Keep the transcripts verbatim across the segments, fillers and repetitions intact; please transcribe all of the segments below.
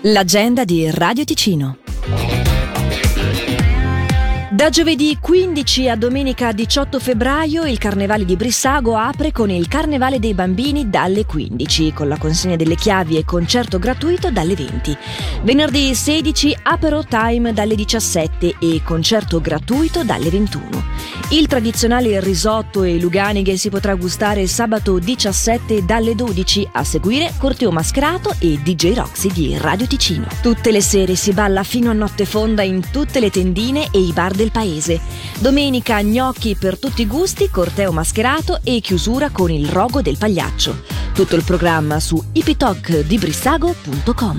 L'agenda di Radio Ticino. Da giovedì quindici a domenica diciotto febbraio il Carnevale di Brissago apre con il Carnevale dei Bambini dalle quindici, con la consegna delle chiavi e concerto gratuito dalle venti. Venerdì sedici Apero Time dalle diciassette e concerto gratuito dalle ventuno. Il tradizionale risotto e luganighe si potrà gustare sabato diciassette dalle dodici, a seguire corteo mascherato e D J Roxy di Radio Ticino. Tutte le sere si balla fino a notte fonda in tutte le tendine e i bar del paese. Domenica gnocchi per tutti i gusti, corteo mascherato e chiusura con il rogo del pagliaccio. Tutto il programma su ipitalk di brissago punto com.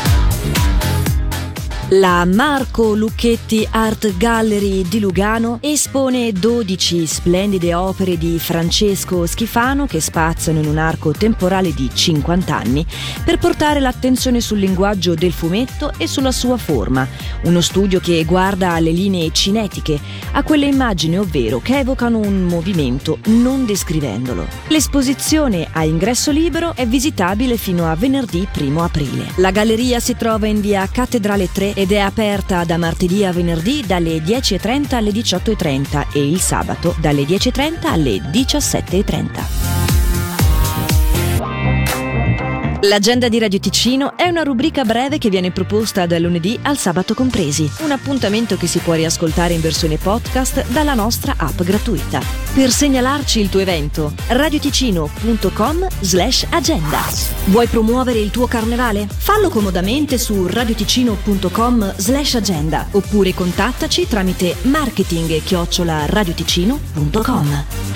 La Marco Lucchetti Art Gallery di Lugano espone dodici splendide opere di Francesco Schifano che spaziano in un arco temporale di cinquanta anni per portare l'attenzione sul linguaggio del fumetto e sulla sua forma. Uno studio che guarda alle linee cinetiche, a quelle immagini ovvero che evocano un movimento non descrivendolo. L'esposizione a ingresso libero è visitabile fino a venerdì primo aprile. La galleria si trova in via Cattedrale tre ed è aperta da martedì a venerdì dalle dieci e trenta alle diciotto e trenta e il sabato dalle dieci e trenta alle diciassette e trenta. L'agenda di Radio Ticino è una rubrica breve che viene proposta dal lunedì al sabato compresi. Un appuntamento che si può riascoltare in versione podcast dalla nostra app gratuita. Per segnalarci il tuo evento, radioticino punto com slash agenda. Vuoi promuovere il tuo carnevale? Fallo comodamente su radioticino punto com slash agenda oppure contattaci tramite marketing chiocciola radioticino punto com.